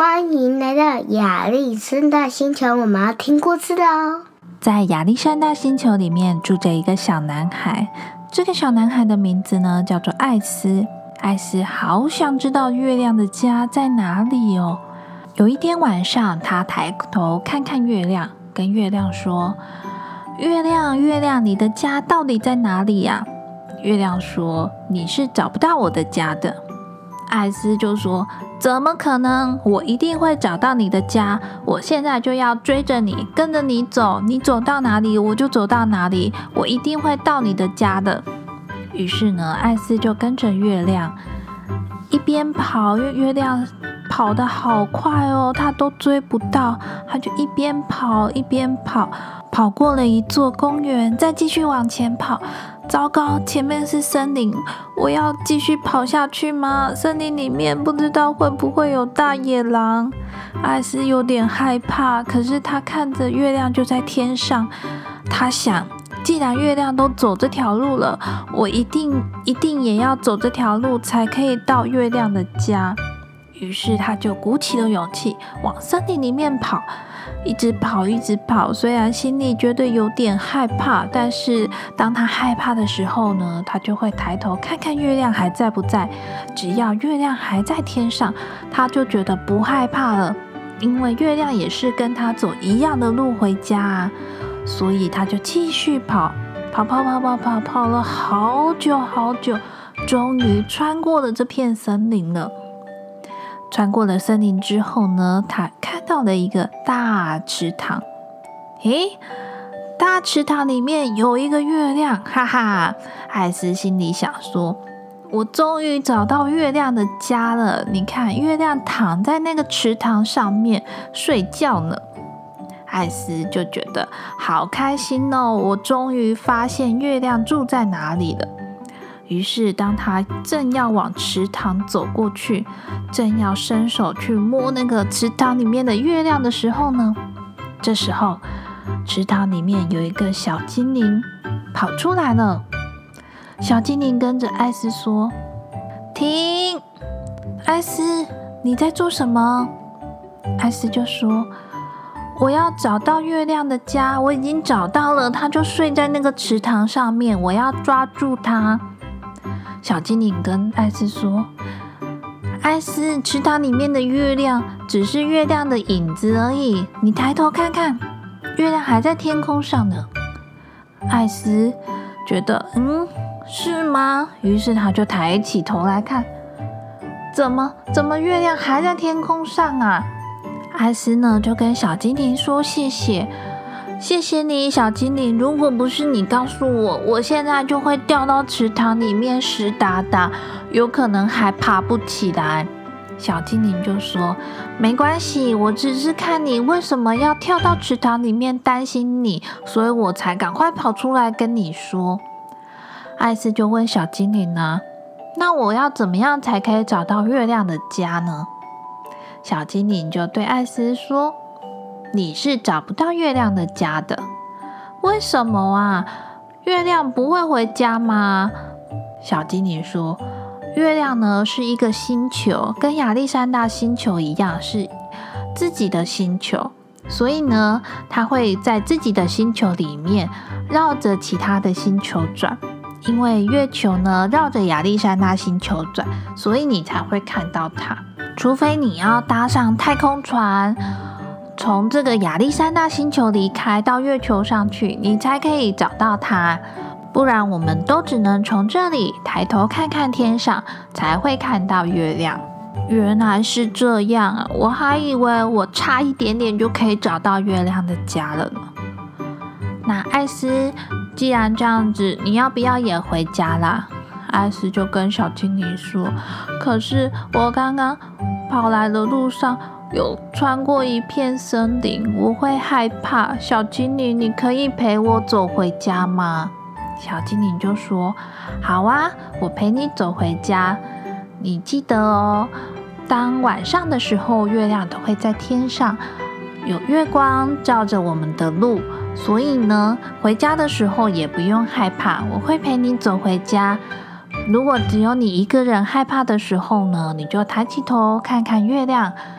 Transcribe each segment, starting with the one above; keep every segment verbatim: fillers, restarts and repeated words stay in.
欢迎来到亚历山大星球，我们要听故事的哦。 在亚历山大星球里面住着一个小男孩，这个小男孩的名字呢叫做艾斯。艾斯好想知道月亮的家在哪里哦。有一天晚上，他抬头看看月亮，跟月亮说：月亮，月亮，你的家到底在哪里呀？月亮说：你是找不到我的家的。艾斯就说：怎么可能？我一定会找到你的家，我现在就要追着你，跟着你走，你走到哪里我就走到哪里，我一定会到你的家的。于是呢，艾斯就跟着月亮一边跑，因为月亮跑得好快哦，他都追不到，他就一边跑一边跑，跑过了一座公园，再继续往前跑。糟糕，前面是森林，我要继续跑下去吗？森林里面不知道会不会有大野狼。艾斯有点害怕，可是他看着月亮就在天上，他想，既然月亮都走这条路了，我一定一定也要走这条路，才可以到月亮的家。于是他就鼓起了勇气，往森林里面跑，一直跑一直跑。虽然心里觉得有点害怕，但是当他害怕的时候呢，他就会抬头看看月亮还在不在。只要月亮还在天上，他就觉得不害怕了，因为月亮也是跟他走一样的路回家啊。所以他就继续跑，跑跑跑跑跑跑了好久好久，终于穿过了这片森林了。穿过了森林之后呢，他看到了一个大池塘。诶，大池塘里面有一个月亮，哈哈！艾斯心里想说，我终于找到月亮的家了。你看，月亮躺在那个池塘上面睡觉呢。艾斯就觉得好开心哦，我终于发现月亮住在哪里了。于是当他正要往池塘走过去，正要伸手去摸那个池塘里面的月亮的时候呢，这时候池塘里面有一个小精灵跑出来了。小精灵跟着艾斯说：停！艾斯，你在做什么？艾斯就说：我要找到月亮的家，我已经找到了，它就睡在那个池塘上面，我要抓住它。小精灵跟艾斯说：艾斯，池塘里面的月亮只是月亮的影子而已，你抬头看看，月亮还在天空上呢。艾斯觉得嗯，是吗？于是他就抬起头来看，怎么怎么月亮还在天空上啊？艾斯呢就跟小精灵说：谢谢谢谢你，小精灵，如果不是你告诉我，我现在就会掉到池塘里面湿哒哒，有可能还爬不起来。小精灵就说：没关系，我只是看你为什么要跳到池塘里面，担心你，所以我才赶快跑出来跟你说。艾斯就问小精灵啊，那我要怎么样才可以找到月亮的家呢？小精灵就对艾斯说：你是找不到月亮的家的。为什么啊？月亮不会回家吗？小精灵说：月亮呢是一个星球，跟亚历山大星球一样，是自己的星球，所以呢它会在自己的星球里面绕着其他的星球转。因为月球呢绕着亚历山大星球转，所以你才会看到它。除非你要搭上太空船，从这个亚历山大星球离开到月球上去，你才可以找到它。不然我们都只能从这里抬头看看天上，才会看到月亮。原来是这样啊，我还以为我差一点点就可以找到月亮的家了呢。那艾斯，既然这样子，你要不要也回家啦？艾斯就跟小精灵说：可是我刚刚跑来的路上有穿过一片森林，我会害怕。小精灵，你可以陪我走回家吗？小精灵就说：好啊，我陪你走回家。你记得哦，当晚上的时候，月亮都会在天上，有月光照着我们的路，所以呢，回家的时候也不用害怕，我会陪你走回家。如果只有你一个人害怕的时候呢，你就抬起头看看月亮，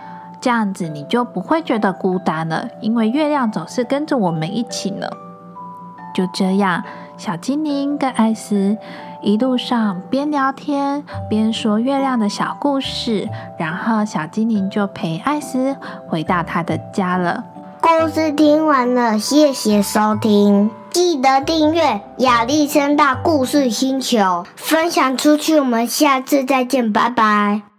这样子你就不会觉得孤单了，因为月亮总是跟着我们一起呢。就这样，小精灵跟艾斯一路上边聊天边说月亮的小故事，然后小精灵就陪艾斯回到他的家了。 故事听完了，谢谢收听，记得订阅亚历山大故事星球，分享出去，我们下次再见，拜拜。